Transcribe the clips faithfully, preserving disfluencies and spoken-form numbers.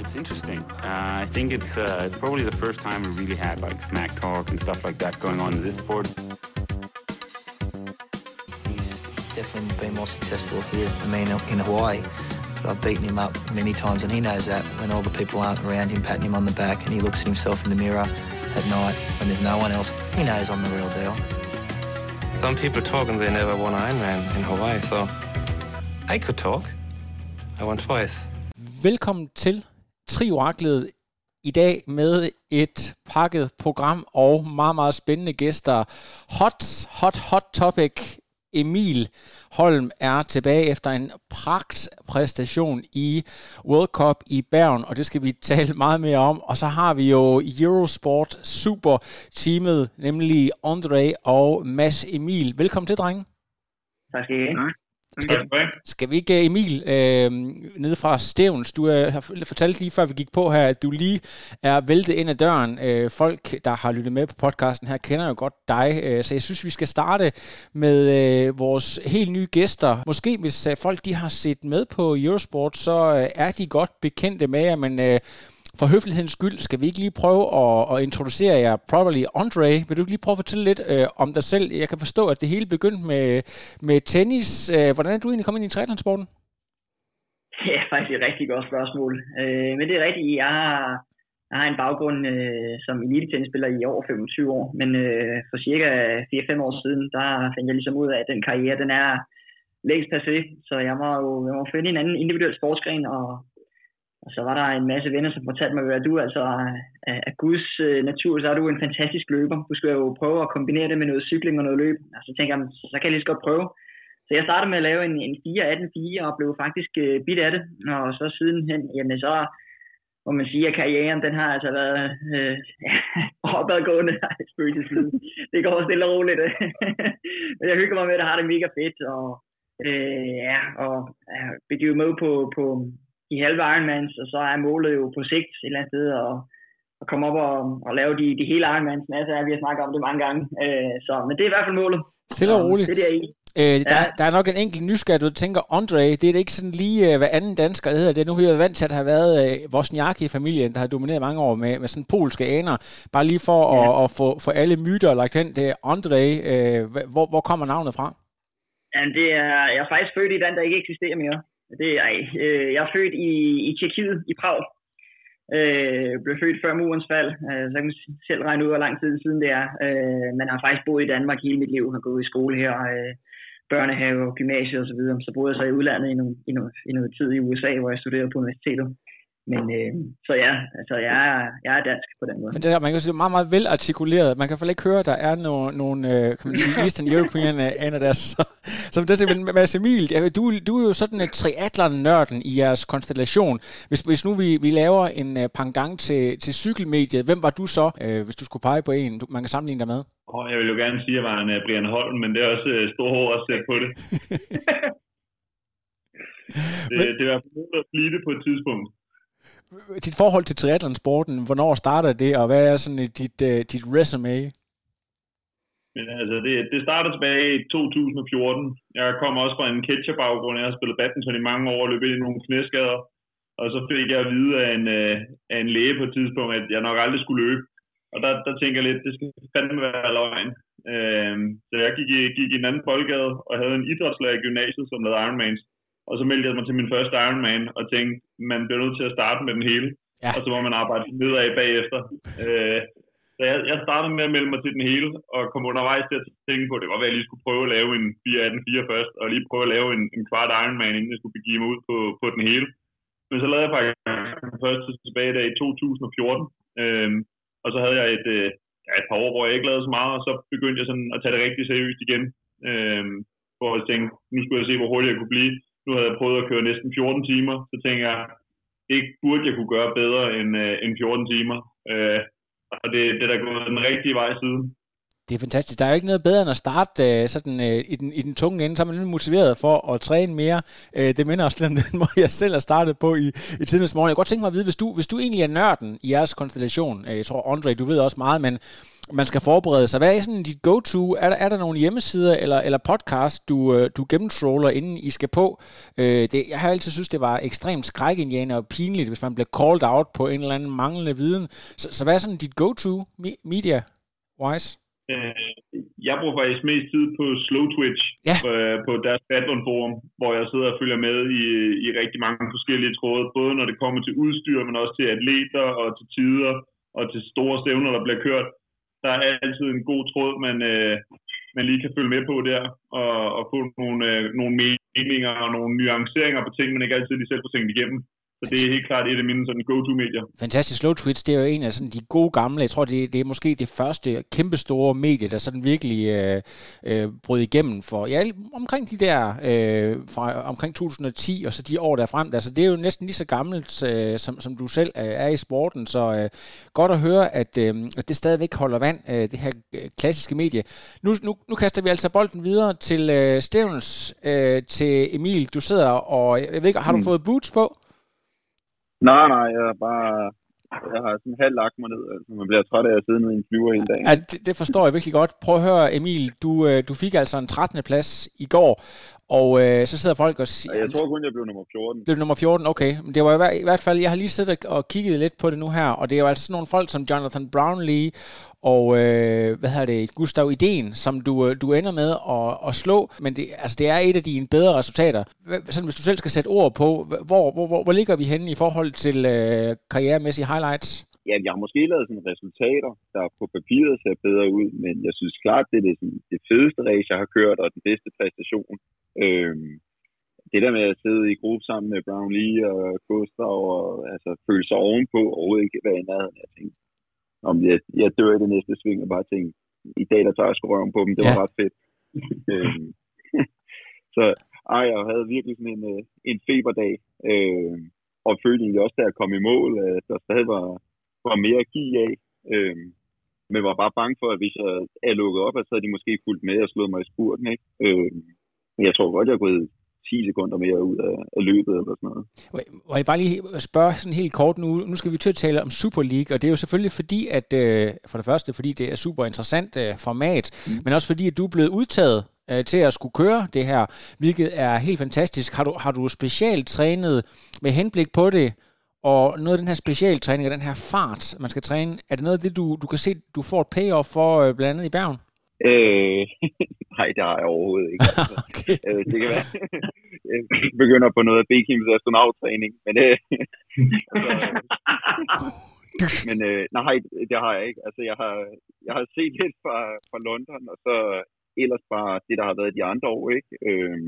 It's interesting. Uh, I think it's uh, it's probably the first time we really had like smack talk and stuff like that going on in this sport. He's definitely been more successful here than me in Hawaii. But I've beaten him up many times, and he knows that when all the people aren't around him patting him on the back, and he looks at himself in the mirror at night when there's no one else, he knows I'm the real deal. Some people talk and they never won Ironman in Hawaii, so I could talk. I won twice. Velkommen til Trioraklet i dag med et pakket program og meget, meget spændende gæster. Hot, hot, hot topic. Emil Holm er tilbage efter en pragtpræstation i World Cup i Bergen, og det skal vi tale meget mere om. Og så har vi jo Eurosport Super-teamet, nemlig André og Mads Emil. Velkommen til, drenge. Tak skal I have. Skal, skal vi ikke, Emil, øh, nede fra Stevns, du øh, har fortalt lige før vi gik på her, at du lige er væltet ind ad døren. Øh, folk, der har lyttet med på podcasten her, kender jo godt dig, øh, så jeg synes, vi skal starte med øh, vores helt nye gæster. Måske hvis øh, folk de har set med på Eurosport, så øh, er de godt bekendte med jer, men øh, for høflighedens skyld skal vi ikke lige prøve at, at introducere jer properly. André, vil du ikke lige prøve at fortælle lidt øh, om dig selv? Jeg kan forstå, at det hele begyndte med, med tennis. Øh, hvordan er du egentlig kommet ind i triathlonsporten? Det er faktisk et rigtig godt spørgsmål. Øh, men det er rigtigt, jeg har, jeg har en baggrund øh, som elite-tennisspiller i over femogtyve år. Men øh, for cirka fire til fem år siden, der fandt jeg ligesom ud af, at den karriere, den er længst passé. Så jeg må jo jeg må finde en anden individuel sportsgren, og Og så var der en masse venner, som fortalte mig, at du altså af Guds natur, så er du en fantastisk løber. Du skal jo prøve at kombinere det med noget cykling og noget løb. Og så tænkte jeg, så kan jeg lige så godt prøve. Så jeg startede med at lave en, en fire atten fire og blev faktisk uh, bidt af det. Og så sidenhen, jamen så må man sige, at karrieren, den har altså været øh, opadgående. Det går stille og roligt. Men jeg hygger mig med, at jeg har det mega fedt. Og øh, ja, og jeg begiver med på... på i halve Ironmans, og så er målet jo på sigt et eller andet sted at, at komme op og, og lave de, de hele Ironmans. Altså, vi har snakket om det mange gange. Øh, så, men det er i hvert fald målet. Stille og roligt. Det er der i. Øh, der, ja. der er nok en enkelt nysgerrig, du tænker, André, det er det ikke sådan lige uh, hvad anden dansker, der hedder det. Nu har jeg vant til, at der har været uh, Wozniacki-familien, der har domineret mange år med, med sådan polske aner. Bare lige for ja. at, at få for alle myter lagt hen. Det er André, uh, hvor, hvor kommer navnet fra? Ja, det er, jeg er faktisk født i et land, der ikke eksisterer mere. Det er, øh, jeg er født i, i Tjekkiet, i Prag. Øh, blev født før murens fald, øh, så kan man selv regne ud, hvor lang tid siden det er. Øh, man har faktisk boet i Danmark hele mit liv, har gået i skole her, øh, børnehave, gymnasie og så videre. Så boede jeg så i udlandet i noget, i, noget, i noget tid i U S A, hvor jeg studerede på universitetet. Men øh, så ja, altså jeg er, jeg er dansk på den måde. Men det er, man kan sige, meget, meget velartikuleret. Man kan i hvert fald ikke høre, at der er nogle, nogle kan man sige, Eastern European aner der. Så, som det er, men Mads Emil, du, du er jo sådan en triathlon-nørden i jeres konstellation. Hvis, hvis nu vi, vi laver en uh, pangdang til, til cykelmediet, hvem var du så, uh, hvis du skulle pege på en, du, man kan sammenligne dig med? Oh, jeg vil jo gerne sige, at jeg var en uh, Brian Holm, men det er også uh, stor hår at sætte på det. det, men... det var på at blive det på et tidspunkt. Dit forhold til triathlonsporten, hvornår starter det, og hvad er sådan dit, uh, dit resume? Men altså, det, det startede tilbage i to tusind og fjorten. Jeg kom også fra en catcher-baggrund. Jeg har spillet badminton i mange år og løbet ind i nogle knæskader. Og så fik jeg at vide af en, uh, af en læge på et tidspunkt, at jeg nok aldrig skulle løbe. Og der, der tænker jeg lidt, det skal fandme være løgn. Uh, så jeg gik, gik i en anden boldgade og havde en idrætslærer i gymnasiet, som lavede Ironmans. Og så meldte jeg mig til min første Ironman og tænkte, man bliver nødt til at starte med den hele. Ja. Og så må man arbejde nedad bagefter. Uh, Så jeg, jeg startede med at melde mig til den hele, og kom undervejs til at tænke på, at det var, at jeg lige skulle prøve at lave en fire atten fire først, og lige prøve at lave en, en kvart Ironman, inden jeg skulle begive mig ud på, på den hele. Men så lavede jeg faktisk den første tilbage der i to tusind og fjorten, øhm, og så havde jeg et, øh, ja, et par år, hvor jeg ikke lavede så meget, og så begyndte jeg sådan at tage det rigtig seriøst igen, øhm, for at tænke, nu skulle jeg se, hvor hurtigt jeg kunne blive. Nu havde jeg prøvet at køre næsten fjorten timer, så tænkte jeg, det burde jeg kunne gøre bedre end, øh, end fjorten timer. Øh, Og det, det er da gået den rigtige vej siden. Det er fantastisk. Der er jo ikke noget bedre end at starte uh, sådan, uh, i, den, i den tunge ende, så er man lidt motiveret for at træne mere. Uh, det minder også lidt om den måde, jeg selv har startet på i, i tidens morgen. Jeg kunne godt tænke mig at vide, hvis du, hvis du egentlig er nørden i jeres konstellation, uh, jeg tror, André, du ved også meget, men man skal forberede sig. Hvad er sådan dit go-to? Er der, er der nogle hjemmesider eller, eller podcast, du, du gennemtroller, inden I skal på? Øh, det, jeg har altid synes, det var ekstremt skrækindjagende og pinligt, hvis man blev called out på en eller anden manglende viden. Så, så hvad er sådan dit go-to media-wise? Jeg bruger faktisk mest tid på Slow Twitch, ja. øh, på deres Battlon forum, hvor jeg sidder og følger med i, i rigtig mange forskellige tråde, både når det kommer til udstyr, men også til atleter og til tider og til store stævner, der bliver kørt. Der er altid en god tråd, man, øh, man lige kan følge med på der, og, og få nogle, øh, nogle meninger og nogle nuanceringer på ting, man ikke altid lige selv får tænkt igennem. Så det er helt klart et af mine sådan go-to-medier. Fantastisk. Slow Twitch, det er jo en af sådan de gode gamle, jeg tror, det, det er måske det første kæmpestore medie, der sådan virkelig øh, øh, brød igennem for, ja, omkring de der, øh, fra omkring to tusind og ti, og så de år derfrem, altså det er jo næsten lige så gammelt, øh, som, som du selv øh, er i sporten, så øh, godt at høre, at, øh, at det stadigvæk holder vand, øh, det her øh, klassiske medie. Nu, nu, nu kaster vi altså bolden videre til øh, Stevens, øh, til Emil. Du sidder og, jeg ved ikke, har du mm. fået boots på? Nej, nej, jeg har bare, jeg har sådan halvt lagt mig ned, altså man bliver træt af at sidde nede i en flyver hele dagen. Ja, det, det forstår jeg virkelig godt. Prøv at høre, Emil, du, du fik altså en trettende plads i går, og øh, så sidder folk og siger... Jeg tror kun, jeg blev nummer fjorten. Blev nummer fjorten, okay. Men det var i, i hvert fald, jeg har lige siddet og kigget lidt på det nu her, og det er jo altså sådan nogle folk som Jonathan Brownlee og øh, hvad hedder det, Gustav Idén, som du, du ender med at, at slå, men det, altså det er et af dine bedre resultater. Sådan, hvis du selv skal sætte ord på, hvor, hvor, hvor, hvor ligger vi henne i forhold til øh, karrieremæssige highlights? Ja, jeg har måske lavet sådan resultater, der på papiret ser bedre ud, men jeg synes klart, det er det, sådan, det fedeste race, jeg har kørt, og den bedste præstation. Øhm, det der med at sidde i gruppe sammen med Brownlee og Gustav, og altså, føle sig ovenpå, og overhovedet ikke være i nærheden. Jeg tænkte, om jeg, jeg dør i det næste sving, og bare tænkte, i dag der tager jeg sgu røven på dem, det var ja. ret fedt. øhm, så ej, jeg havde virkelig sådan en, en feberdag, øhm, og følte egentlig også, da jeg kom i mål, at der stadig var var mere at give af, øhm, men var bare bange for, at hvis jeg er lukket op, så havde de måske fulgt med og slået mig i spurten, ikke? Øhm, men jeg tror godt, jeg har gået ti sekunder mere ud af, af løbet eller sådan noget. Må jeg bare lige spørge sådan helt kort nu, nu skal vi til at tale om Super League, og det er jo selvfølgelig fordi, at øh, for det første, fordi det er super interessant øh, format, mm. men også fordi, at du er blevet udtaget øh, til at skulle køre det her, hvilket er helt fantastisk. Har du, har du specielt trænet med henblik på det? Og noget af den her specialtræning og den her fart, man skal træne, er det noget af det, du, du kan se, du får et payoff for øh, blandt andet i Bergen? Øh, nej, det har jeg overhovedet ikke. Okay. øh, det kan være, jeg begynder på noget af B-Kims astronauttræning, men, øh, altså, men øh, nej, det har jeg ikke. Altså, jeg har, jeg har set lidt fra, fra London, og så ellers bare det, der har været de andre år, ikke? Øh,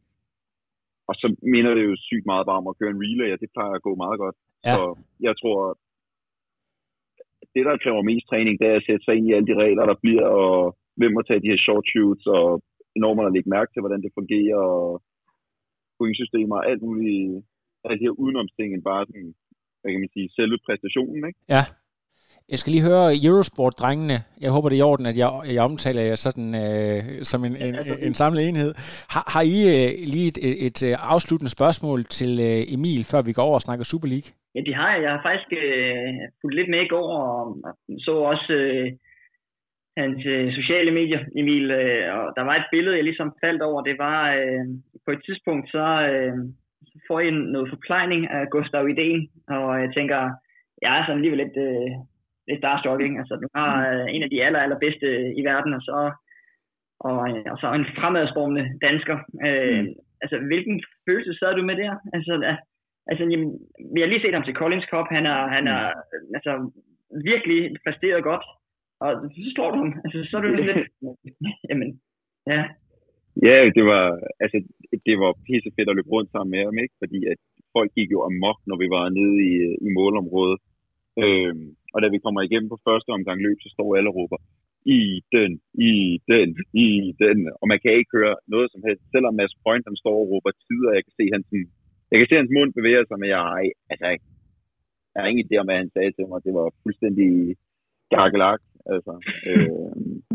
Og så minder det jo sygt meget bare om at køre en relay, og det plejer at gå meget godt. Ja. Så jeg tror, det der kræver mest træning, det er at sætte sig ind i alle de regler, der bliver, og hvem må tage de her short shoots, og enormt at lægge mærke til, hvordan det fungerer, og pointsystemer, og alt muligt, alle de her udenomsting, end bare sådan, hvad kan man sige, selve præstationen, ikke? Ja. Jeg skal lige høre Eurosport-drengene. Jeg håber, det er i orden, at jeg, jeg omtaler jer sådan øh, som en, en, en samlet enhed. Har, har I øh, lige et, et, et afsluttende spørgsmål til øh, Emil, før vi går over og snakker Super League? Ja, det har jeg. Jeg har faktisk øh, fulgt lidt med i går, og, og så også øh, hans øh, sociale medier, Emil. Øh, og der var et billede, jeg ligesom faldt over. Det var øh, på et tidspunkt, så, øh, så får I noget forplejning af Gustav Idén, og jeg tænker, jeg er sådan alligevel lidt... Øh, det er starstruck, ikke? Altså, du har øh, en af de aller, allerbedste i verden, og så, og, og så en fremadstormende dansker. Øh, mm. Altså, hvilken følelse sad du med der? Altså, altså jamen, vi har lige set ham til Collins Cup. Han er, han er mm. altså, virkelig præsteret godt, og så slår du ham. Altså, så er du lidt... jamen, ja. Ja, det var, altså, det var pisse fedt at løbe rundt sammen med ham, ikke? Fordi at folk gik jo amok, når vi var nede i, i målområdet. Øh, Og da vi kommer igennem på første omgang løb, så står alle og råber, i den, i den, i den. Og man kan ikke høre noget som helst. Selvom Mads Point, han står og råber tider, jeg kan se hans, jeg kan se hans mund bevæger sig, men jeg har, altså, jeg har ingen idé om, hvad han sagde til mig. Det var fuldstændig gakkelak. Altså. Øh,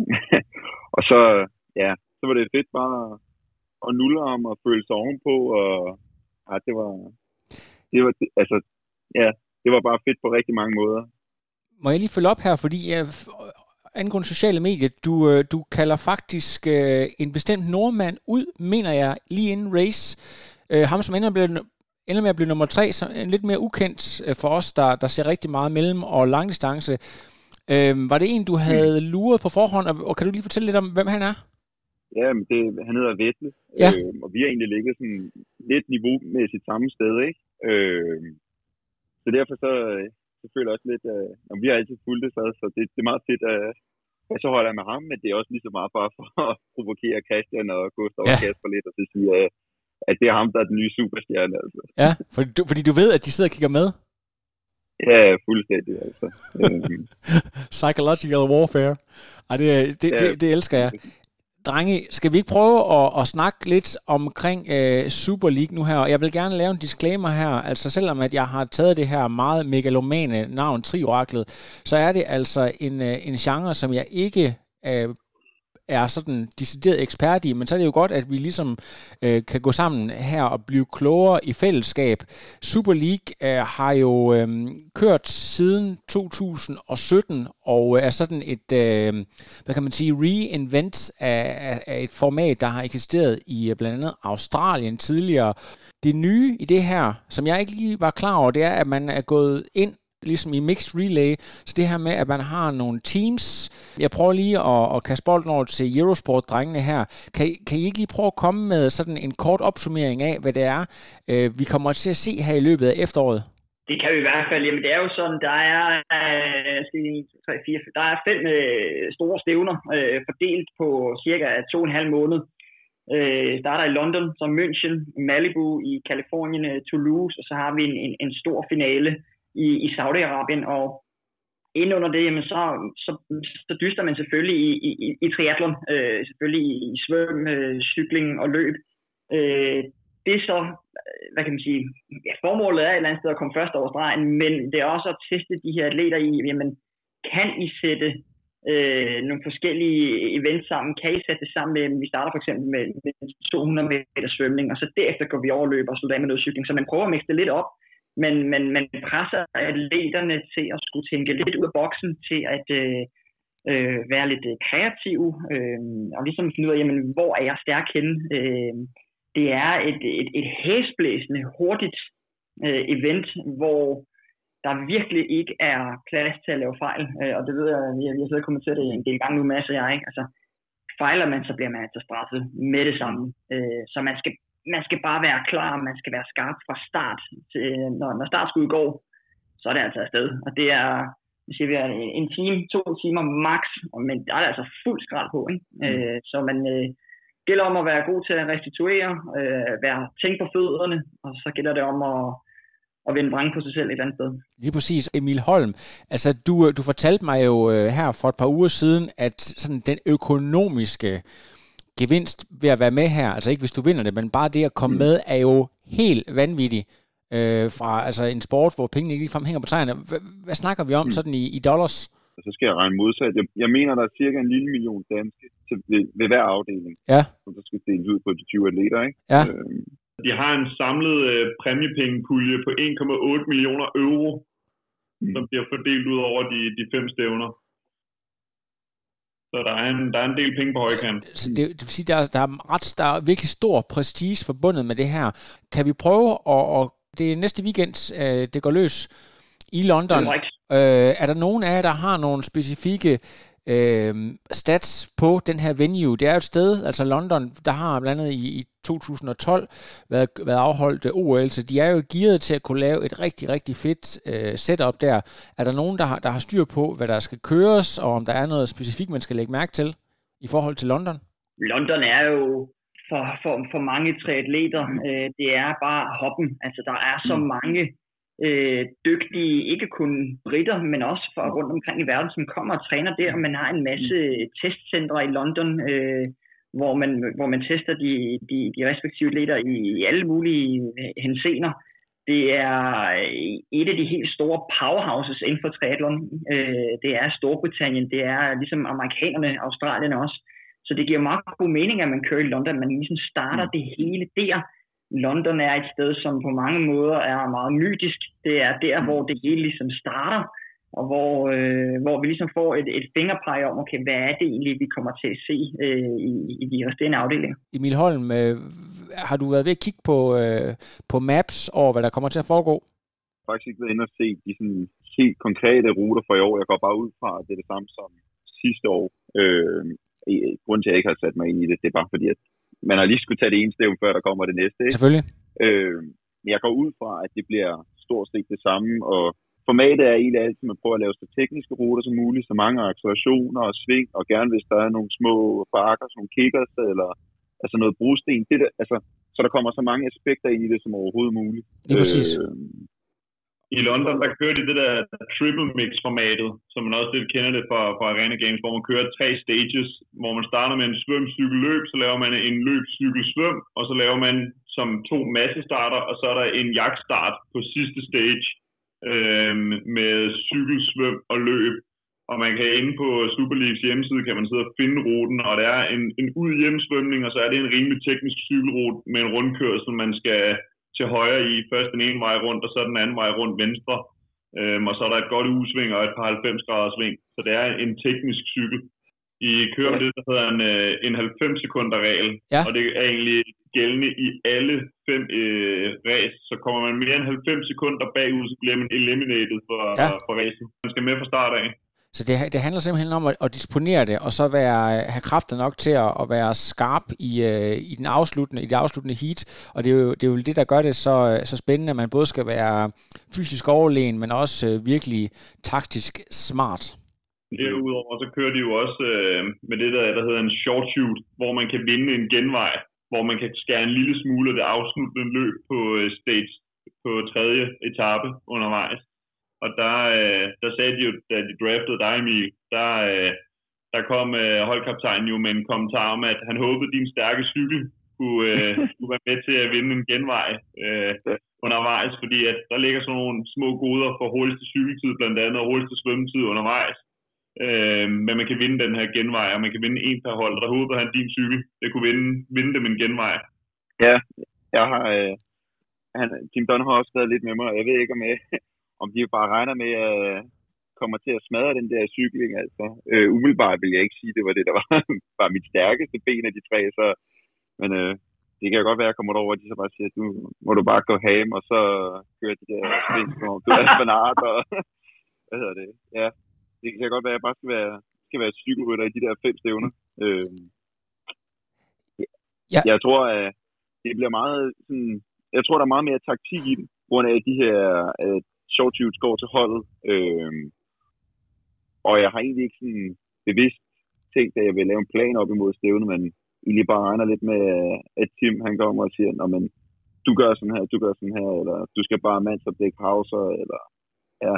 og så, ja, så var det fedt bare at nulle ham og føle sig ovenpå. Og ja, det var, det var, altså, ja, det var bare fedt på rigtig mange måder. Må jeg lige følge op her, fordi jeg, angående sociale medier. Du, du kalder faktisk øh, en bestemt nordmand ud, mener jeg, lige inden race. Øh, ham, som ender, blev, ender med at blive nummer tre, så en lidt mere ukendt øh, for os, der, der ser rigtig meget mellem- og langdistance. Øh, var det en, du havde mm. luret på forhånd, og, og kan du lige fortælle lidt om, hvem han er? Ja, men det, han hedder Vettel, ja. øh, og vi har egentlig ligget sådan lidt niveaumæssigt samme sted, ikke? Øh, så derfor så, så føler jeg også lidt, øh, at vi har altid fulgt det, så det, det er meget fedt, at øh, så holder jeg med ham, men det er også lige så meget bare for at provokere Christian og Gustav ja. og Kasper lidt, og så sige, at, at det er ham, der er den nye superstjerne, altså. Ja, fordi du, fordi du ved, at de sidder og kigger med? Ja, fuldstændig, altså. Psychological warfare. Ej, det, det, ja. det, det elsker jeg. Drenge, skal vi ikke prøve at, at snakke lidt omkring øh, Super League nu her? Og jeg vil gerne lave en disclaimer her. Altså selvom at jeg har taget det her meget megalomane navn, Tri-oraklet, så er det altså en, øh, en genre, som jeg ikke øh, er sådan decideret ekspert i, men så er det jo godt, at vi ligesom øh, kan gå sammen her og blive klogere i fællesskab. Super League øh, har jo øh, kørt siden to tusind og sytten, og er sådan et, øh, hvad kan man sige, reinvent af, af et format, der har eksisteret i blandt andet Australien tidligere. Det nye i det her, som jeg ikke lige var klar over, det er, at man er gået ind ligesom i mixed relay, så det her med, at man har nogle teams. Jeg prøver lige at, at kaste bolden over til Eurosport-drengene her. Kan, kan I ikke lige prøve at komme med sådan en kort opsummering af, hvad det er, øh, vi kommer til at se her i løbet af efteråret? Det kan vi i hvert fald. Jamen, det er jo sådan, der er, øh, tre, fire, der er fem øh, store stævner øh, fordelt på cirka to og en halv måned. Øh, starter i London, så München, Malibu i Kalifornien, Toulouse, og så har vi en, en, en stor finale i, i Saudi-Arabien, og inden under det, jamen, så, så, så dyster man selvfølgelig i, i, i triathlon, øh, selvfølgelig i, i svøm, øh, cykling og løb. Øh, det er så, hvad kan man sige, ja, formålet er et eller andet sted at komme først over stregen, men det er også at teste de her atleter i, jamen, kan I sætte øh, nogle forskellige events sammen, kan I sætte det sammen med, vi starter for eksempel med, med to hundrede meter svømning, og så derefter går vi over løb og slutter af med noget cykling, så man prøver at mixe det lidt op. Men, men man presser atleterne til at skulle tænke lidt ud af boksen, til at øh, øh, være lidt kreativ, øh, og ligesom finde ud af, jamen, hvor er jeg stærk henne. Øh, det er et, et, et hæsblæsende, hurtigt øh, event, hvor der virkelig ikke er plads til at lave fejl. Øh, og det ved jeg, vi har, vi har siddet og kommenteret det en del gange nu, Mads og jeg, ikke? Altså, fejler man, så bliver man altså straffet med det samme. Øh, så man skal Man skal bare være klar, man skal være skarp fra start. Til, når, når startskuddet går, så er det altså afsted. Og det er, vi siger, vi er en time, to timer max, men der er det altså fuld skrald på. Ikke? Mm. Øh, så man øh, gælder om at være god til at restituere, øh, være tænk på fødderne, og så gælder det om at, at vende brænde på sig selv et eller andet sted. Lige præcis. Emil Holm, altså du, du fortalte mig jo øh, her for et par uger siden, at sådan den økonomiske gevinst ved at være med her, altså ikke hvis du vinder det, men bare det at komme mm. med, er jo helt vanvittigt øh, fra altså en sport, hvor pengene ikke ligefrem hænger på træerne. H- hvad snakker vi om mm. sådan i, i dollars? Så skal jeg regne modsat. Jeg, jeg mener, der er cirka en lille million danske til, ved, ved hver afdeling, ja. som der skal deles ud på de tyve atleter, ikke? Ja. Øhm. De har en samlet øh, præmiepengepulje på en komma otte millioner euro, mm. som bliver fordelt ud over de, de fem stævner. Så der er en, der er en del penge på højkant. Så det, det vil sige, der er, der, er ret, der er virkelig stor prestige forbundet med det her. Kan vi prøve at... Og det er næste weekend, øh, det går løs i London. Øh, er der nogen af jer, der har nogle specifikke øh, stats på den her venue? Det er jo et sted, altså London, der har blandt andet i, i to tusind og tolv været, været afholdt O L, så de er jo gearet til at kunne lave et rigtig, rigtig fedt øh, setup der. Er der nogen, der har, der har styr på, hvad der skal køres, og om der er noget specifikt, man skal lægge mærke til i forhold til London? London er jo for, for, for mange triatleter, øh, det er bare hoppen. Altså, der er så mange øh, dygtige, ikke kun britter, men også fra rundt omkring i verden, som kommer og træner der. Man har en masse testcentre i London, øh, hvor man, hvor man tester de, de, de respektive atleter i, i alle mulige henseender. Det er et af de helt store powerhouses inden for triathlon. Øh, det er Storbritannien, det er ligesom amerikanerne, australierne også. Så det giver meget god mening, at man kører i London. Man ligesom starter det hele der. London er et sted, som på mange måder er meget mytisk. Det er der, hvor det hele ligesom starter. og hvor, øh, hvor vi ligesom får et, et fingerpege om, okay, hvad er det egentlig, vi kommer til at se øh, i, i de resterende afdelinger. Emil Holm, øh, har du været ved at kigge på, øh, på maps over, hvad der kommer til at foregå? Jeg har faktisk ikke været inde og se de sådan helt konkrete ruter for i år. Jeg går bare ud fra, at det er det samme som sidste år. Øh, grunden til, at jeg ikke har sat mig ind i det, det er bare fordi, at man har lige skulle tage det ene stævn, før der kommer det næste. Ikke? Selvfølgelig. Øh, men jeg går ud fra, at det bliver stort set det samme, og formatet er egentlig altid, at man prøver at lave så tekniske ruter som muligt, så mange accelerationer og sving, og gerne hvis der er nogle små bakker, sådan nogle kickers, eller altså noget brosten. Det der, altså, så der kommer så mange aspekter ind i det som overhovedet muligt. Det er præcis. Øh, I London, der kører de det der triple mix-formatet, som man også lidt kender det fra, fra Arena Games, hvor man kører tre stages, hvor man starter med en svøm, cykel, løb, så laver man en løb, cykel, svøm, og så laver man som to massestarter, og så er der en jagtstart på sidste stage øh, med cykel, svøm og løb. Og man kan inde på Super Leagues hjemmeside, kan man sidde og finde ruten, og der er en, en ud-hjemmesvømning, og så er det en rimelig teknisk cykelrute med en rundkørsel, man skal til højre i. Først den ene vej rundt, og så den anden vej rundt venstre. Øhm, og så er der et godt udsving og et par halvfems graders sving. Så det er en teknisk cykel. I kører med det, der hedder en, en halvfems sekunder regel. Ja. Og det er egentlig gældende i alle fem øh, race. Så kommer man mere end halvfems sekunder bagud, så bliver man eliminated for, ja. for racen. Man skal med fra start af. Så det, det handler simpelthen om at, at disponere det, og så være, have kræfter nok til at, at være skarp i, uh, i, den afsluttende, i det afsluttende heat. Og det er, jo, det er jo det, der gør det så, så spændende, at man både skal være fysisk overlegen, men også uh, virkelig taktisk smart. Derudover så kører de jo også uh, med det, der, der hedder en short shoot, hvor man kan vinde en genvej, hvor man kan skære en lille smule af det afsluttende løb på uh, stage på tredje etape undervejs. Og der, øh, der sagde de jo, da de draftede dig, Emil, der, øh, der kom øh, holdkaptajnen jo med en kommentar om, at han håbede, at din stærke cykel kunne, øh, kunne være med til at vinde en genvej øh, undervejs, fordi at der ligger sådan nogle små goder for hurtigste cykeltid blandt andet, og hurtigste svømmetid undervejs. Øh, men man kan vinde den her genvej, og man kan vinde en per hold, og der håbede han, din cykel det kunne vinde, vinde dem en genvej. Ja, jeg har... Øh, han, Tim Dunn har også været lidt med mig, og jeg ved ikke om jeg... om de bare regner med, at jeg kommer til at smadre den der cykling, altså. Øh, umiddelbart vil jeg ikke sige, det var det, der var, var mit stærkeste ben af de tre, så, men øh, det kan godt være, at jeg kommer derover, og de så bare siger, du må du bare gå hjem, og så kører de der spil, som du er spanart, og hvad hedder det, ja. Det kan godt være, at jeg bare skal være, skal være cykelrytter i de der fem stævner. Øh, ja. Jeg tror, at det bliver meget sådan, jeg tror, der er meget mere taktik i det, på grund af de her øh, short shoots går til holdet, øh, og jeg har egentlig ikke sådan bevidst tænkt, at jeg vil lave en plan op imod stævne, men egentlig bare regner lidt med, at Tim han kommer og siger, men du gør sådan her, du gør sådan her, eller du skal bare mandsopdække pauser, eller ja.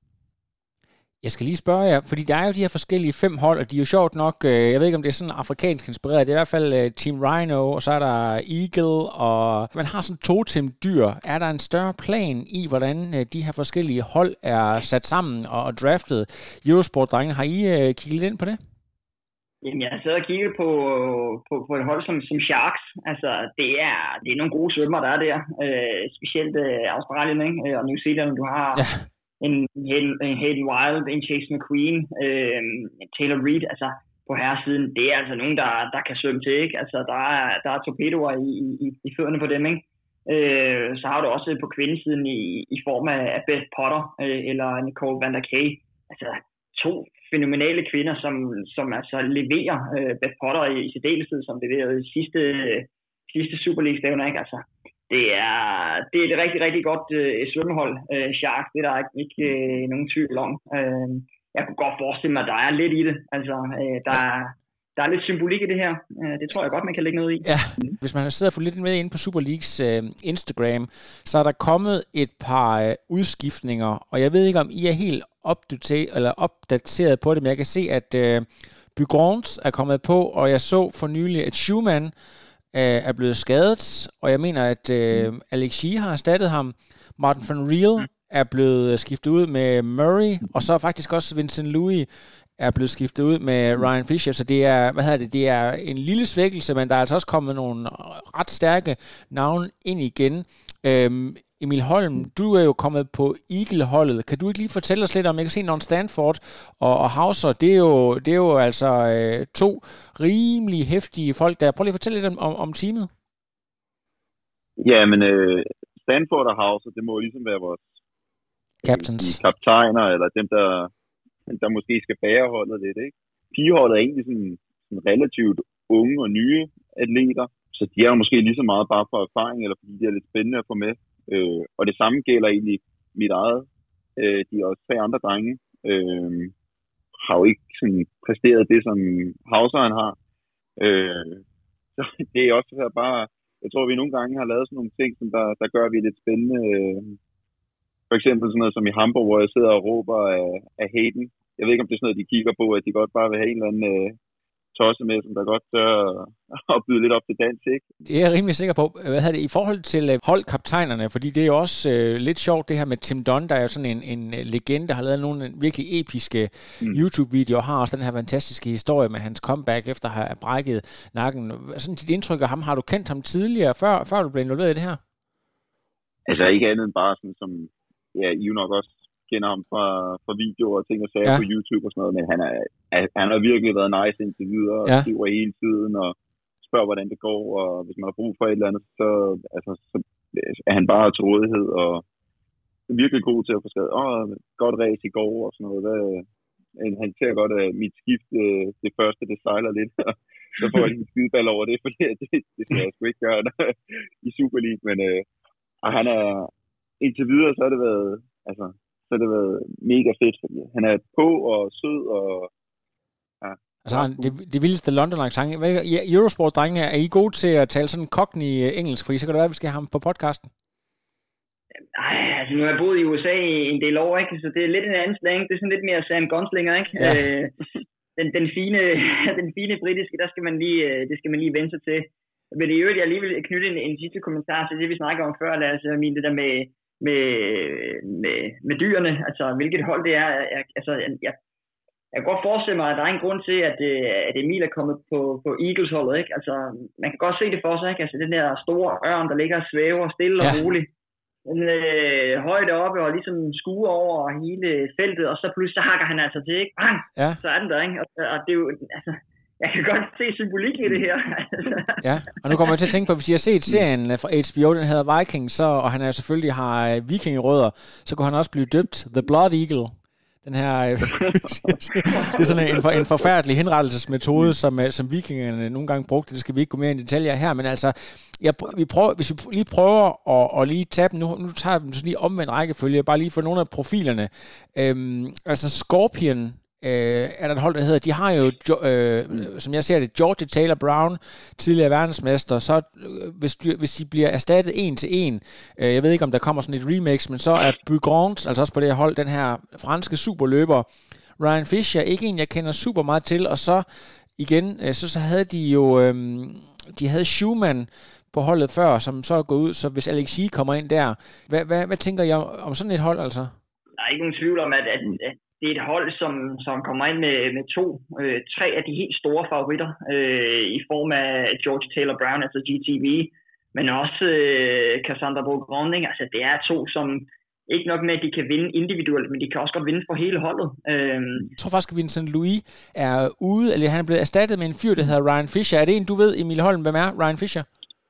Jeg skal lige spørge jer, fordi der er jo de her forskellige fem hold, og de er jo sjovt nok, øh, jeg ved ikke om det er sådan afrikansk inspireret, det er i hvert fald øh, Team Rhino, og så er der Eagle, og man har sådan totem-dyr. Er der en større plan i, hvordan øh, de her forskellige hold er sat sammen og, og draftet? Eurosport-drengene, har I øh, kigget ind på det? Jamen, jeg sidder og kigger på, på, på et hold som, som Sharks. Altså, det er, det er nogle gode svømmer, der er der. Øh, specielt øh, Australien, ikke? Og New Zealand, du har... Ja. En, en Hayden Wild, en Chase McQueen, øh, Taylor Reid, altså på herresiden, det er altså nogen, der, der kan svømme til, ikke? Altså der er, der er torpedoer i, i, i fødderne på dem, ikke? Øh, så har du også på kvindesiden i, i form af Beth Potter øh, eller Nicole Van der Kay, altså to fænomenale kvinder, som, som altså leverer øh, Beth Potter i, i særdeleshed, som leverede i sidste, sidste Super League-stævner, ikke? Altså Det er, det er et rigtig, rigtig godt øh, svømmehold, øh, Shark. Det er der ikke, ikke øh, nogen tvivl om. Øh, jeg kunne godt forestille mig, at der er lidt i det. Altså, øh, der, der er lidt symbolik i det her. Øh, det tror jeg godt, man kan lægge noget i. Ja, hvis man sidder og får lidt med inde på Super Leagues øh, Instagram, så er der kommet et par øh, udskiftninger, og jeg ved ikke, om I er helt opdateret, eller opdateret på det, men jeg kan se, at øh, Bugrons er kommet på, og jeg så for nylig, at Schumann er blevet skadet, og jeg mener, at øh, Alex Shee har erstattet ham. Martin van Riel er blevet skiftet ud med Murray, og så faktisk også Vincent Louis er blevet skiftet ud med Ryan Fisher, så det er, hvad hedder det, det er en lille svækkelse, men der er altså også kommet nogle ret stærke navne ind igen. Øhm, Emil Holm, du er jo kommet på Eagle-holdet. Kan du ikke lige fortælle os lidt om, jeg kan se Non Stanford og, og Hauser, det er jo, det er jo altså øh, to rimelig heftige folk der. Prøv lige at fortælle lidt om, om, om teamet. Ja, men øh, Stanford og Hauser, det må jo ligesom være vores Captains. De kaptajner, eller dem, der, der måske skal bære holdet lidt, ikke? Pigeholdet er egentlig sådan, sådan relativt unge og nye atleter, så de er jo måske lige så meget bare for erfaring, eller fordi de er lidt spændende at få med. Øh, og det samme gælder egentlig mit eget. Øh, de er også tre andre drenge. Øh, har jo ikke sådan præsteret det, som Hauseren har. Øh, så det er også her bare, jeg tror, vi nogle gange har lavet sådan nogle ting, som der, der gør, at vi er lidt spændende. Øh, for eksempel sådan noget som i Hamburg, hvor jeg sidder og råber af, af Hayden. Jeg ved ikke, om det er sådan noget, de kigger på, at de godt bare vil have en eller anden øh, tosse med, som der godt tør at byde lidt op til dans, ikke? Det er jeg rimelig sikker på. Hvad er det i forhold til holdkaptajnerne? Fordi det er jo også øh, lidt sjovt, det her med Tim Dunn, der er jo sådan en, en legende, der har lavet nogle virkelig episke mm. YouTube-videoer, har også den her fantastiske historie med hans comeback efter at have brækket nakken. Sådan dit indtryk af ham, har du kendt ham tidligere, før, før du blev involveret i det her? Altså ikke andet end bare sådan som, ja, I jo nok også kender ham fra, fra videoer og ting og sager ja. På YouTube og sådan noget, men han, er, han har virkelig været nice indtil videre, ja. Og skriver hele tiden og spørger, hvordan det går, og hvis man har brug for et eller andet, så, altså, så er han bare til rådighed, og er virkelig god til at få skrevet, åh, godt race i går og sådan noget. Hvad, han ser godt, at mit skift, det første, det sejler lidt, og så får jeg en skideball over det, for det, det, det skal jeg sgu ikke gøre i Super League, men øh, og han er, indtil videre, så har det været, altså, så har det været mega fedt, fordi han er på og sød og ja. Altså han, det, det vildeste London-accent. Eurosport-drenge, er I gode til at tale sådan cockney engelsk? Fordi så kan det være, at vi skal have ham på podcasten. Ej, altså nu har jeg boet i U S A i en del år, ikke? Så det er lidt en anden slang. Det er sådan lidt mere Sam Gunslinger, ikke? Ja. Øh, den, den, fine, den fine britiske, der skal man lige, det skal man lige vende sig til. Men i øvrigt, jeg lige vil knytte en, en sidste kommentar til det, vi snakker om før, Lars, Emil, det der med, med, med, med dyrene, altså hvilket hold det er. Jeg, altså, jeg, jeg kan godt forestille mig, at der er en grund til, at, at Emil er kommet på, på Eagles-holdet, ikke? Altså, man kan godt se det for sig, ikke? Altså, den der store ørn, der ligger og svæver stille og ja. roligt. Den øh, højde oppe og ligesom skue over hele feltet, og så pludselig så hakker han altså til, ikke? Bang! Ja. Så er den der, ikke? Og, og det er jo, altså, jeg kan godt se symbolikken i det her. Ja, og nu kommer jeg til at tænke på, hvis I har set serien fra H B O, den hedder Vikings, så, og han er selvfølgelig har vikingerødder, så kunne han også blive døbt The Blood Eagle. Den her, det er sådan en, en forfærdelig henrettelsesmetode, som, som vikingerne nogle gange brugte. Det skal vi ikke gå mere i detaljer her, men altså, jeg, vi prøver, hvis vi lige prøver at, at lige tage dem, nu, nu tager jeg dem så lige omvendt rækkefølge, bare lige for nogle af profilerne. Øhm, altså Scorpion, Øh, er der et hold, der hedder, de har jo, øh, som jeg ser det, Georgia Taylor Brown, tidligere verdensmester, så øh, hvis, de, hvis de bliver erstattet en til en, øh, jeg ved ikke, om der kommer sådan et remix, men så er Bugrons, altså også på det her hold, den her franske superløber, Ryan Fisher, ikke en, jeg kender super meget til, og så igen, øh, så, så havde de jo, øh, de havde Schumann på holdet før, som så er gået ud, så hvis Alexi kommer ind der, hvad, hvad, hvad tænker jeg om sådan et hold, altså? Der er ikke nogen tvivl om, at, at, at det er et hold, som, som kommer ind med, med to, øh, tre af de helt store favoritter øh, i form af George Taylor Brown, altså G T V, men også øh, Cassandra Beaugrand. Altså det er to, som ikke nok med, at de kan vinde individuelt, men de kan også godt vinde for hele holdet. Øh. Jeg tror faktisk, at Vincent Louis er ude, eller han er blevet erstattet med en fyr, der hedder Ryan Fisher. Er det en, du ved, Emil Holm, hvem er Ryan Fisher?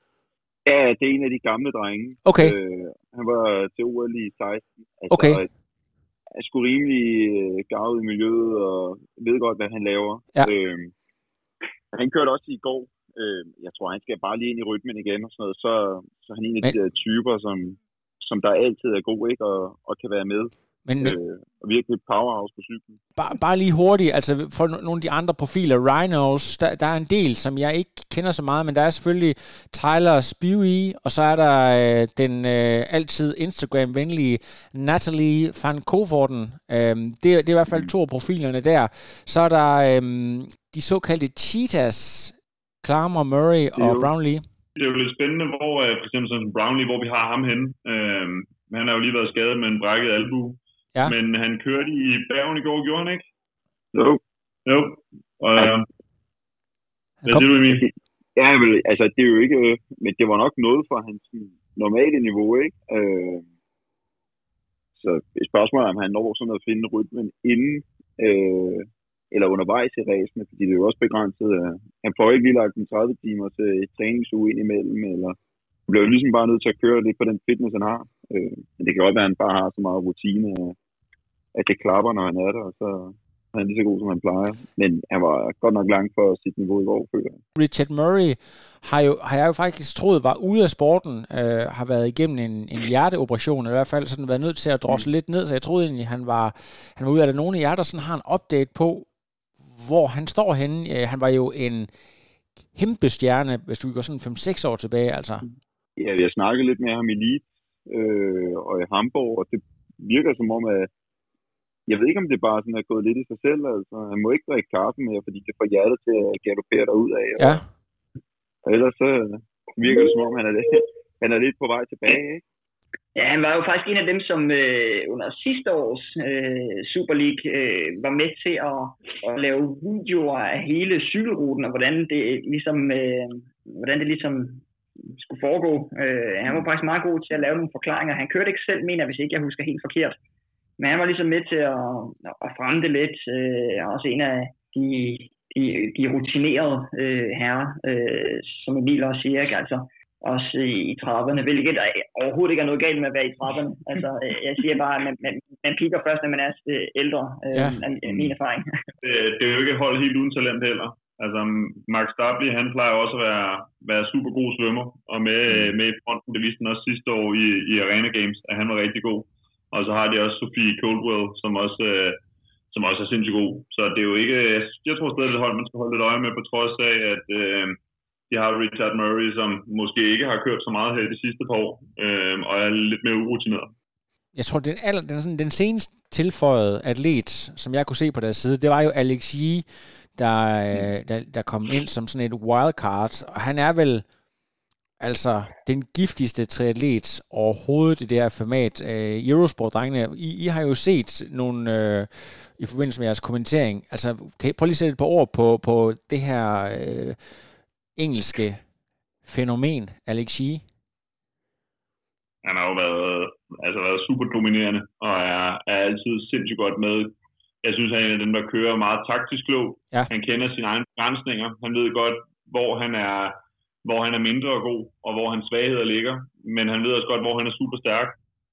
Ja, det er en af de gamle drenge. Okay. Øh, han var til O L i seksten. Altså, okay. Er sgu rimelig øh, gavet i miljøet, og ved godt, hvad han laver. Ja. Øh, han kørte også i går. Øh, jeg tror, han skal bare lige ind i rytmen igen og sådan noget. Så, så han er en af Men... de der typer, som, som der altid er god, ikke? Og, og kan være med. Men, øh, og virkelig powerhouse på cyklen. Bare, bare lige hurtigt, altså for nogle af de andre profiler, Rhinos, der, der er en del, som jeg ikke kender så meget, men der er selvfølgelig Tyler Spewey, og så er der øh, den øh, altid Instagram-venlige Natalie van Koevoorden. Øh, det, det er i hvert fald to af profilerne der. Så er der øh, de såkaldte Cheetahs, Clamor Murray og Brownlee. Det er jo lidt spændende, hvor for eksempel sådan Brownlee, hvor vi har ham henne. Øh, han har jo lige været skadet med en brækket albue. Ja. Men han kørte i Bergen i går, gjorde han ikke? Jo. Jo. Og ja. Hvad siger du, Emil? Ja, vel, altså det er jo ikke, men det var nok noget for hans normale niveau, ikke? Øh, så et spørgsmål er, om han når sådan at finde rytmen inden, øh, eller undervejs i ræsene, fordi det er jo også begrænset. Øh, han får ikke lige lagt en tredive timer til træningsuge ind imellem, eller han bliver jo ligesom bare nødt til at køre lidt på den fitness, han har. Øh, men det kan godt være, at han bare har så meget rutine, at det klapper, når han er der, og så er han lige så god, som han plejer. Men han var godt nok langt for sit niveau i går, føler jeg. Richard Murray har, jo, har jeg jo faktisk troet var ude af sporten, øh, har været igennem en, en hjerteoperation, eller i hvert fald sådan været nødt til at drosse mm. lidt ned, så jeg troede egentlig, han var, han var ude. Er der nogen af jer, der sådan har en update på, hvor han står henne? Øh, han var jo en kæmpe stjerne, hvis du går sådan fem seks år tilbage, altså. Ja, vi har snakket lidt med ham i Leeds øh, og i Hamburg, og det virker som om, at jeg ved ikke, om det bare sådan er gået lidt i sig selv. Altså, han må ikke drikke kaffe mere, fordi det får hjertet til at galoppere derud af. Ja. Og ellers så virker det som om, han er, lidt, han er lidt på vej tilbage, ikke? Ja, han var jo faktisk en af dem, som øh, under sidste års øh, Super League øh, var med til at, at lave videoer af hele cykelruten, og hvordan det ligesom, øh, hvordan det ligesom skulle foregå. Øh, han var faktisk meget god til at lave nogle forklaringer. Han kørte ikke selv, mener hvis ikke jeg husker helt forkert. Men han var ligesom med til at, at fremme det lidt. Øh, også en af de, de, de rutinerede øh, herrer, øh, som Emil også siger, ikke? Altså også i, i trediverne, hvilket der overhovedet ikke er noget galt med at være i trediverne. Altså, øh, jeg siger bare, at man, man, man piker først, når man er øh, ældre, øh, ja. af min erfaring. det, det er jo ikke et hold helt uden talent heller. Altså, Max Stabley, han plejer også at være, være super god svømmer, og med, mm. med i fronten, det viste han også sidste år i, i Arena Games, at han var rigtig god. Og så har de også Sophie Coldwell, som også, øh, som også er sindssygt god. Så det er jo ikke, jeg tror stadig, det hold, man skal holde lidt øje med, på trods af, at øh, de har Richard Murray, som måske ikke har kørt så meget her de sidste par år, øh, og er lidt mere urutineret. Jeg tror, den, aller, den, sådan, den seneste tilføjede atlet, som jeg kunne se på deres side, det var jo Alex Yee, der, øh, der, der kom ind som sådan et wildcard. Og han er vel altså den giftigste triatlet overhovedet i det her format. Øh, Eurosport-drengene, I, I har jo set nogle, øh, i forbindelse med jeres kommentering, altså kan I prøve lige at sætte et par ord på, på det her øh, engelske fænomen, Alex Yee? Han har jo været, altså været super dominerende, og er, er altid sindssygt godt med. Jeg synes, han er en af dem, der kører meget taktisk klog. Ja. Han kender sine egne begrænsninger. Han ved godt, hvor han er hvor han er mindre god, og hvor hans svagheder ligger. Men han ved også godt, hvor han er super stærk.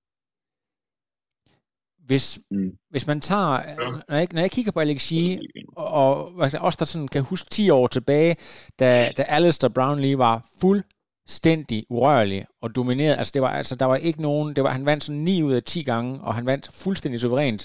Hvis, mm. hvis man tager... Ja. Når, jeg, når jeg kigger på Alex Yee, og, og også der sådan kan huske ti år tilbage, da, da Alistair Brownlee var fuldstændig urørlig og domineret. Altså, det var, altså der var ikke nogen... Det var, han vandt sådan ni ud af ti gange, og han vandt fuldstændig suverænt.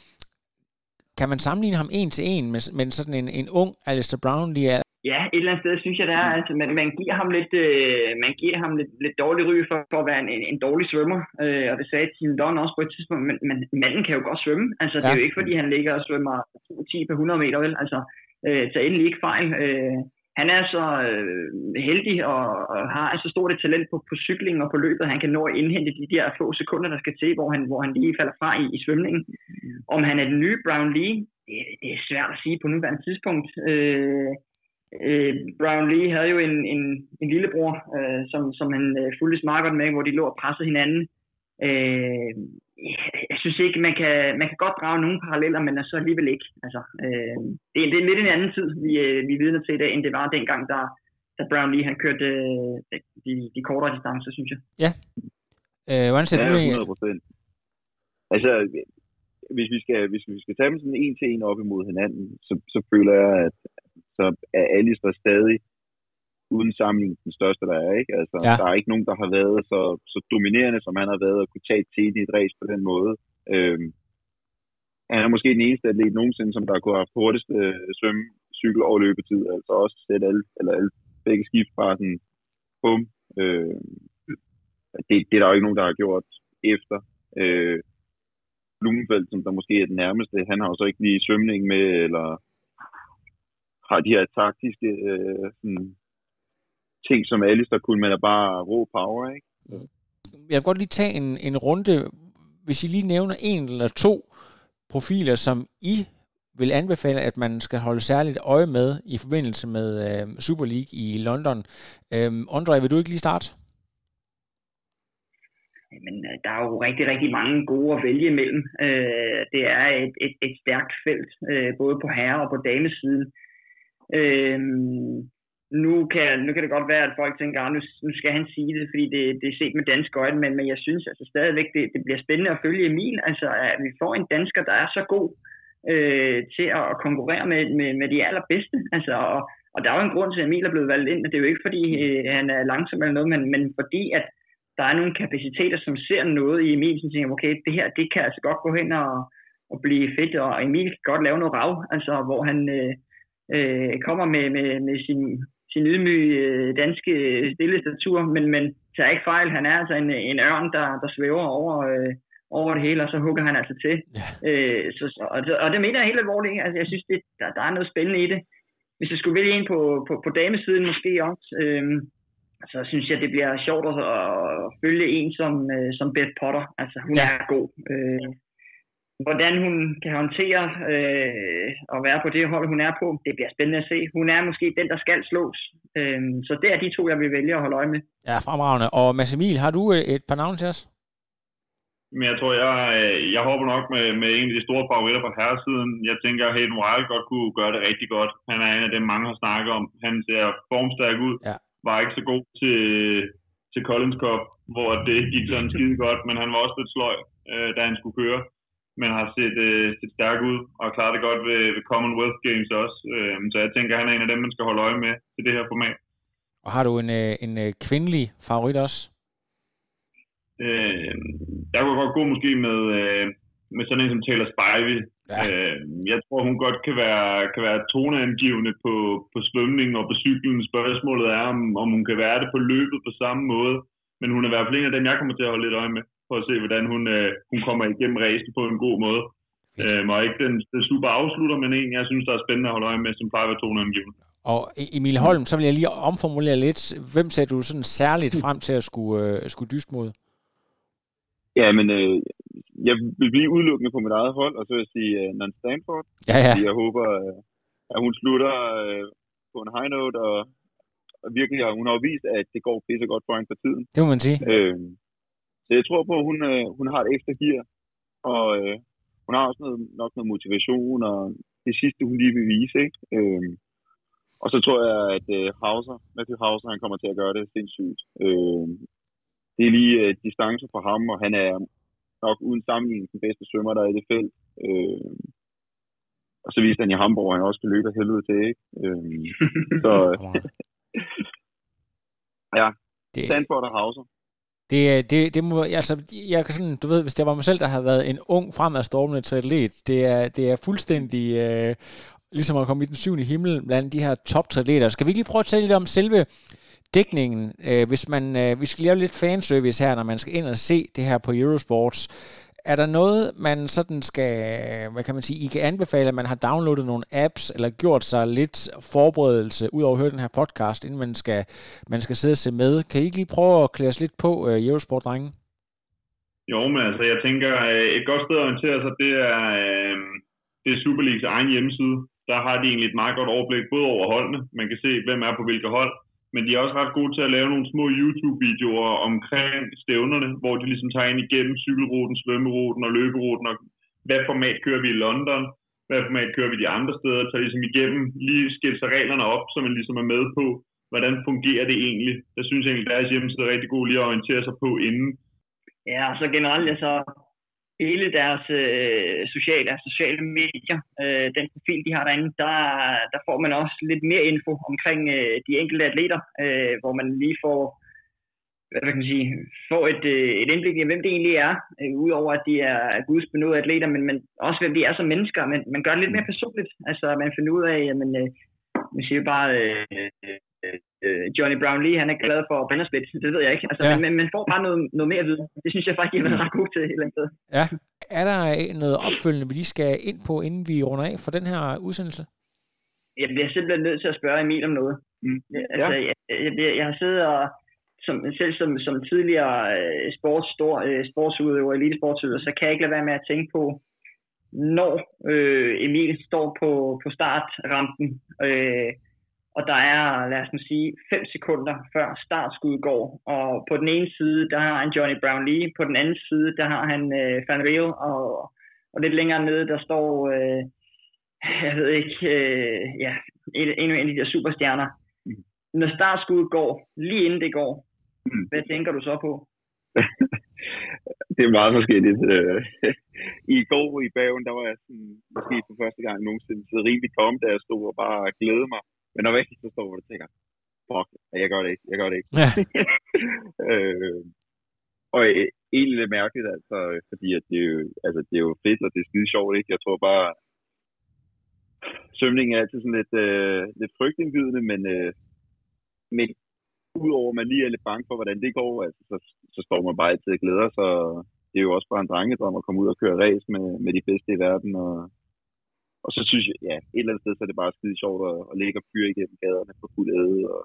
Kan man sammenligne ham en til en med, med sådan en, en ung Alistair Brownlee? Ja, et eller andet sted synes jeg, det er. Altså, man, man giver ham lidt, øh, man giver ham lidt, lidt dårlig ry for, for at være en, en, en dårlig svømmer. Øh, og det sagde Tim Don også på et tidspunkt, men, men manden kan jo godt svømme. Altså, ja. Det er jo ikke, fordi han ligger og svømmer ti på hundrede meter, vel? Altså, øh, tag endelig ikke fejl. Øh, han er så øh, heldig og, og har så stort et talent på, på cyklingen og på løbet, han kan nå at indhente de der få sekunder, der skal til, hvor han, hvor han lige falder fra i, i svømningen. Om han er den nye Brownlee, det, det er svært at sige på nuværende tidspunkt. Øh, Øh, Brownlee havde jo en, en, en lillebror, øh, som, som han øh, fulgte meget godt med, hvor de lå og pressede hinanden. Øh, jeg synes ikke, man kan, man kan godt drage nogle paralleller, men altså alligevel ikke. Altså, øh, det, er, det er lidt en anden tid, vi, øh, vi er vidne til i dag, end det var dengang, da, da Brownlee han kørte øh, de, de kortere distancer, synes jeg. Ja. Øh, hvordan ser ja, du hundrede procent. Altså, hvis vi skal, hvis vi skal tage dem sådan en til en op imod hinanden, så, så føler jeg, at så er Alistair stadig uden sammenligning den største, der er, ikke? Altså, ja. Der er ikke nogen, der har været så, så dominerende, som han har været, og kunne tage til i et race på den måde. Øhm, han er måske den eneste atlet nogensinde, som der kunne have haft hurtigste svømme, cykel og løbetid, altså også sætte alle, eller alle begge skift bare sådan, bum. Øhm, det, det er der jo ikke nogen, der har gjort efter. Øh, Blumenfeldt, som der måske er den nærmeste, han har jo så ikke lige svømning med, eller har de her taktiske øh, sådan, ting, som Alistair kunne, men er bare rå power, ikke? Så. Jeg vil godt lige tage en, en runde, hvis I lige nævner en eller to profiler, som I vil anbefale, at man skal holde særligt øje med i forbindelse med øh, Super League i London. Øh, André, vil du ikke lige starte? Men der er jo rigtig, rigtig mange gode at vælge imellem. Øh, det er et, et, et stærkt felt, øh, både på herre- og på damesiden. Øh, nu, kan, nu kan det godt være, at folk tænker, at nu, nu skal han sige det, fordi det, det er set med dansk øjne, men, men jeg synes altså stadigvæk, det, det bliver spændende at følge Emil. Altså, at vi får en dansker, der er så god øh, til at konkurrere med, med, med de allerbedste. Altså, og, og der er jo en grund til, at Emil er blevet valgt ind. Det er jo ikke, fordi øh, han er langsom eller noget, men, men fordi, at der er nogle kapaciteter, som ser noget i Emil, som tænker, okay, det her, det kan altså godt gå hen og, og blive fedt, og Emil kan godt lave noget rav, altså hvor han øh, øh, kommer med, med, med sin, sin ydmyge øh, danske stille statur, men, men tager ikke fejl, han er altså en, en ørn, der, der svæver over, øh, over det hele, og så hugger han altså til. Ja. Øh, så, og, og det mener jeg helt alvorligt, altså jeg synes, det, der, der er noget spændende i det. Hvis jeg skulle vælge en på, på, på damesiden måske også, øh, så synes jeg, det bliver sjovt at, at følge en som, øh, som Beth Potter. Altså, hun ja. er god. Øh, hvordan hun kan håndtere øh, at være på det hold, hun er på, det bliver spændende at se. Hun er måske den, der skal slås. Øh, så det er de to, jeg vil vælge at holde øje med. Ja, fremragende. Og Mads Emil, har du et par navne til os? Men jeg tror, jeg, jeg håber nok med, med en af de store favoritter på herresiden. Jeg tænker, at Hayden Wilde godt kunne gøre det rigtig godt. Han er en af dem, mange har snakket om. Han ser formstærk ud. Ja. Var ikke så god til, til Collins Cup, hvor det gik sådan skide godt, men han var også lidt sløj, øh, da han skulle køre. Men har set, øh, set stærk ud, og klaret det godt ved, ved Commonwealth Games også. Øh, så jeg tænker, han er en af dem, man skal holde øje med til det her format. Og har du en, øh, en øh, kvindelig favorit også? Øh, jeg kunne godt gå måske med, øh, med sådan en som Taylor Spivey. Ja. Øh, jeg tror, hun godt kan være, kan være toneangivende på, på svømning og på cyklen. Spørgsmålet er, om, om hun kan være det på løbet på samme måde. Men hun er i hvert fald en af dem, jeg kommer til at holde lidt øje med, for at se, hvordan hun, øh, hun kommer igennem racen på en god måde. Øh, og ikke den, den super afslutter, men en, jeg synes, der er spændende at holde øje med, som plejer at være toneangivende. Og Emil Holm, så vil jeg lige omformulere lidt. Hvem ser du sådan særligt frem til at skulle, øh, skulle dyste mod? Ja, men øh, jeg vil blive udelukkende på mit eget hold, og så vil jeg sige uh, Nan Stanford. Ja, ja. Jeg håber, uh, at hun slutter uh, på en high note, og, og virkelig har hun har jo vist, at det går pisse godt for hende for tiden. Det må man sige. Øh, så jeg tror på, at hun, uh, hun har et ekstra gear, og uh, hun har også noget, nok noget motivation, og det sidste, hun lige vil vise, ikke? Øh, og så tror jeg, at uh, Hauser, Matthew Hauser, han kommer til at gøre det sindssygt. Øh, Det er lige uh, distancer for ham, og han er nok uden sammenligning den bedste svømmer, der er i det felt. Øh, og så viste han i Hamburg, at han også kan løbe af helvede til, ikke? Øh, så ja, det... Stanford og Hauser. Det, det, det må, altså, jeg kan sådan, du ved, hvis det var mig selv, der havde været en ung, fremadstormende triatlet, det er, det er fuldstændig øh, ligesom at komme i den syvende himmel blandt de her top-triatleter. Skal vi ikke lige prøve at tale lidt om selve dækningen, øh, hvis man, øh, vi skal lave lidt fanservice her, når man skal ind og se det her på Eurosports. Er der noget, man sådan skal, hvad kan man sige, I kan anbefale, at man har downloadet nogle apps, eller gjort sig lidt forberedelse, ud over at høre den her podcast, inden man skal, man skal sidde og se med? Kan I ikke lige prøve at klæde os lidt på, uh, Eurosport, drenge? Jo, men altså, jeg tænker, et godt sted at orientere sig, det er, øh, det er Super Leagues egen hjemmeside. Der har de egentlig et meget godt overblik, både over holdene, man kan se, hvem er på hvilke hold, men de er også ret gode til at lave nogle små YouTube-videoer omkring stævnerne, hvor de ligesom tager ind igennem cykelruten, svømmeruten og løberuten, og hvad format kører vi i London, hvad format kører vi de andre steder, tager ligesom igennem, lige skitser reglerne op, så man ligesom er med på, hvordan fungerer det egentlig. Jeg synes egentlig, deres hjemmeside er rigtig god lige at orientere sig på inden. Ja, og så generelt, altså hele deres øh, sociale, sociale medier, øh, den profil, de har derinde, der, der får man også lidt mere info omkring øh, de enkelte atleter, øh, hvor man lige får, hvad kan man sige, får et, øh, et indblik i, hvem det egentlig er, øh, udover at de er gudsbenåede atleter, men, men også hvem de er som mennesker. Men man gør det lidt mere personligt, altså man finder ud af, jamen, øh, man siger bare, øh, øh, Johnny Brown Lee, han er glad for bannersplit, det ved jeg ikke. Altså, ja. men man får bare noget, noget mere at vide. Det synes jeg faktisk, jeg har været ret god til et eller andet sted. Ja. Er der noget opfølgende, vi lige skal ind på, inden vi runder af for den her udsendelse? Jeg bliver simpelthen nødt til at spørge Emil om noget. Mm. Altså, ja. jeg, jeg, jeg har siddet og, som, selv som, som tidligere uh, sports, stor, uh, sportsudøver, elitesportsudøver, så kan jeg ikke lade være med at tænke på, når øh, Emil står på, på startrampen, øh, og der er, lad os nu sige, fem sekunder før startskuddet går. Og på den ene side, der har han Johnny Brown Lee, på den anden side, der har han øh, Van Riel, og, og lidt længere nede, der står, øh, jeg ved ikke, øh, ja, en, en af de der superstjerner. Mm. Når startskuddet går, lige inden det går, mm. hvad tænker du så på? Det er meget forskelligt. I går i bagen, der var jeg sådan, måske for første gang nogensinde så rimelig tom, da jeg stod og bare glædede mig. Men når jeg ikke så står, hvor jeg tænker, fuck, jeg gør det ikke, jeg gør det ikke. Ja. øh, og egentlig lidt mærkeligt, altså, fordi at det, er jo, altså, det er jo fedt, og det er skide sjovt, ikke? Jeg tror bare, svømning er altid sådan lidt, øh, lidt frygtindgydende, men, øh, men udover at man lige er lidt bange for, hvordan det går, altså, så, så står man bare altid og glæder sig. Det er jo også bare en drengedrøm at komme ud og køre race med, med de bedste i verden. Og, og så synes jeg, ja, et eller andet sted, så er det bare skide sjovt at, at ligge og fyre igennem gaderne på fuld æde. Og,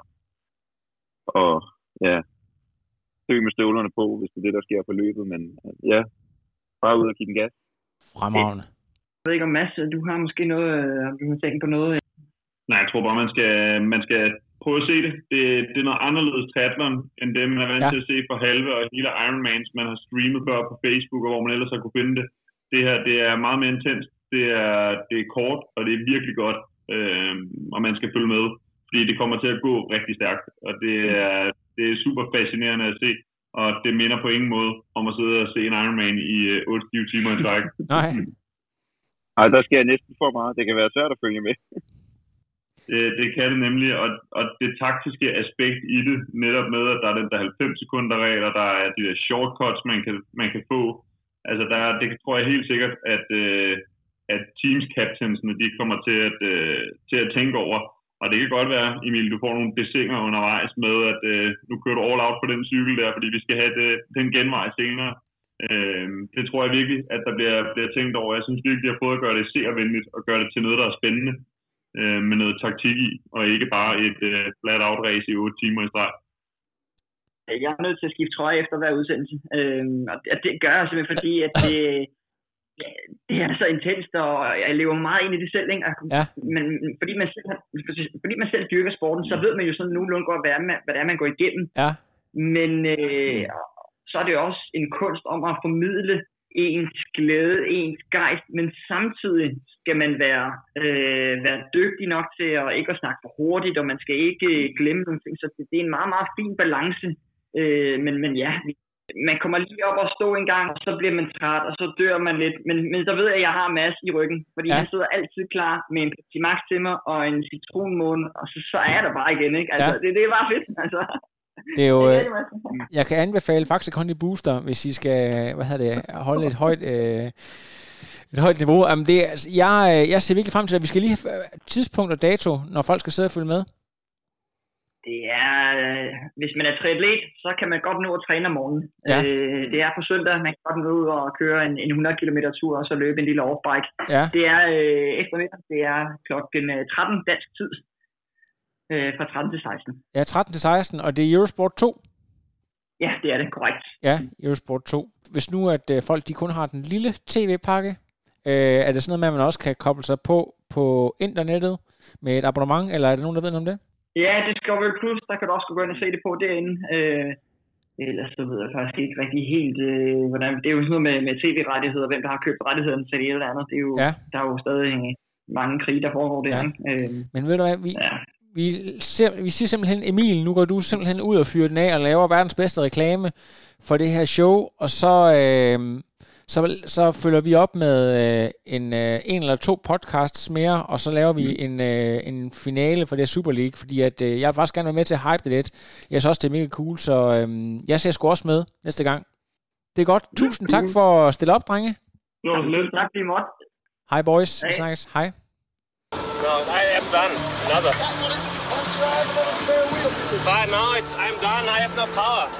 og ja, søge med støvlerne på, hvis det er det, der sker på løbet. Men ja, bare ud og give den gas. Fremragende. Jeg ved ikke om Mads, du har måske noget, du har tænkt på noget? Nej, jeg tror bare, man skal, man skal prøve at se det. det. Det er noget anderledes triathlon, end det, man er vant ja. til at se for halve og hele Ironmans, man har streamet før på Facebook, og hvor man ellers har kunne finde det. Det her, det er meget mere intenst. Det er, det er kort, og det er virkelig godt, øh, og man skal følge med, fordi det kommer til at gå rigtig stærkt, og det er, det er super fascinerende at se, og det minder på ingen måde om at sidde og se en Ironman i øh, otteogtyve timer i træk. Nej. Ej, der skal jeg næsten for meget. Det kan være svært at følge med. Det, det kan det nemlig, og, og det taktiske aspekt i det, netop med, at der er den der halvfems sekunder regel, og der er de der shortcuts, man kan, man kan få. Altså, der, det tror jeg helt sikkert, at, øh, at teams captainsene, de kommer til at, øh, til at tænke over. Og det kan godt være, Emil, du får nogle besinger undervejs med, at øh, nu kører du all out på den cykel der, fordi vi skal have det, den genvej senere. Øh, det tror jeg virkelig, at der bliver, bliver tænkt over. Jeg synes virkelig, at de har prøvet at gøre det seervenligt, og gøre det til noget, der er spændende. Med noget taktik i, og ikke bare et uh, flat-out race i otte timer i streg. Jeg er nødt til at skifte trøje efter hver udsendelse, øhm, og det, det gør jeg simpelthen, fordi at det, det er så intenst, og jeg lever meget ind i det selv, ikke? Ja. Men fordi man, selv, fordi man selv dyrker sporten, så ved man jo sådan nogenlunde godt, hvad, man, hvad det er, man går igennem. Ja. Men øh, så er det jo også en kunst om at formidle ens glæde, ens gejst, men samtidig skal man være, øh, være dygtig nok til at ikke at snakke for hurtigt, og man skal ikke glemme nogle ting, så det, det er en meget, meget fin balance, øh, men, men ja, man kommer lige op og stå en gang, og så bliver man træt, og så dør man lidt, men, men så ved jeg, at jeg har Mads i ryggen, fordi ja. Han sidder altid klar med en Pepsi Max til mig, og en citronmåne, og så, så er der bare igen, ikke? Altså, ja. det, det er bare fedt, altså. Det er jo, øh, jeg kan anbefale faktisk Honey Booster, hvis I skal, hvad hedder det, holde et højt, øh, et højt niveau. Jamen det, altså, jeg, jeg ser virkelig frem til, at vi skal lige have tidspunkt og dato, når folk skal sidde og følge med. Det er, øh, hvis man er triatlet, så kan man godt nå at træne om morgenen. Ja. Øh, det er på søndag, man kan godt nå ud og køre en, en hundrede kilometer tur, og så løbe en lille off-bike. Ja. Det er øh, eftermiddag, det er klokken tretten dansk tid. Fra tretten til seksten. Ja, tretten til seksten, og det er Eurosport to? Ja, det er det, korrekt. Ja, Eurosport to. Hvis nu, at øh, folk de kun har den lille tv-pakke, øh, er det sådan noget med, at man også kan koble sig på på internettet med et abonnement, eller er der nogen, der ved noget om det? Ja, Discovery Plus, der kan du også gå ind og se det på derinde. Øh, ellers så ved jeg faktisk ikke rigtig helt, øh, hvordan, det er jo sådan noget med, med tv-rettigheder, hvem der har købt rettighederne til det eller andet. Det er jo, ja. Der er jo stadig mange krige, der foregår der. Ja. Øh, Men ved du hvad, vi... Ja. Vi, ser, vi siger simpelthen, Emil, nu går du simpelthen ud og fyrer den af og laver verdens bedste reklame for det her show, og så, øh, så, så følger vi op med øh, en, øh, en eller to podcasts mere, og så laver vi en, øh, en finale for det Super League, fordi at, øh, jeg vil faktisk gerne være med til at hype det lidt. Jeg synes også, det er mega cool, så øh, jeg ser sgu også med næste gang. Det er godt. Tusind tak for at stille op, drenge. Det var så lidt. Tak, fordi I måtte. Hej boys. Vi snakkes. Hej. No, I am done. Another. But no, it's, I'm done. I have no power.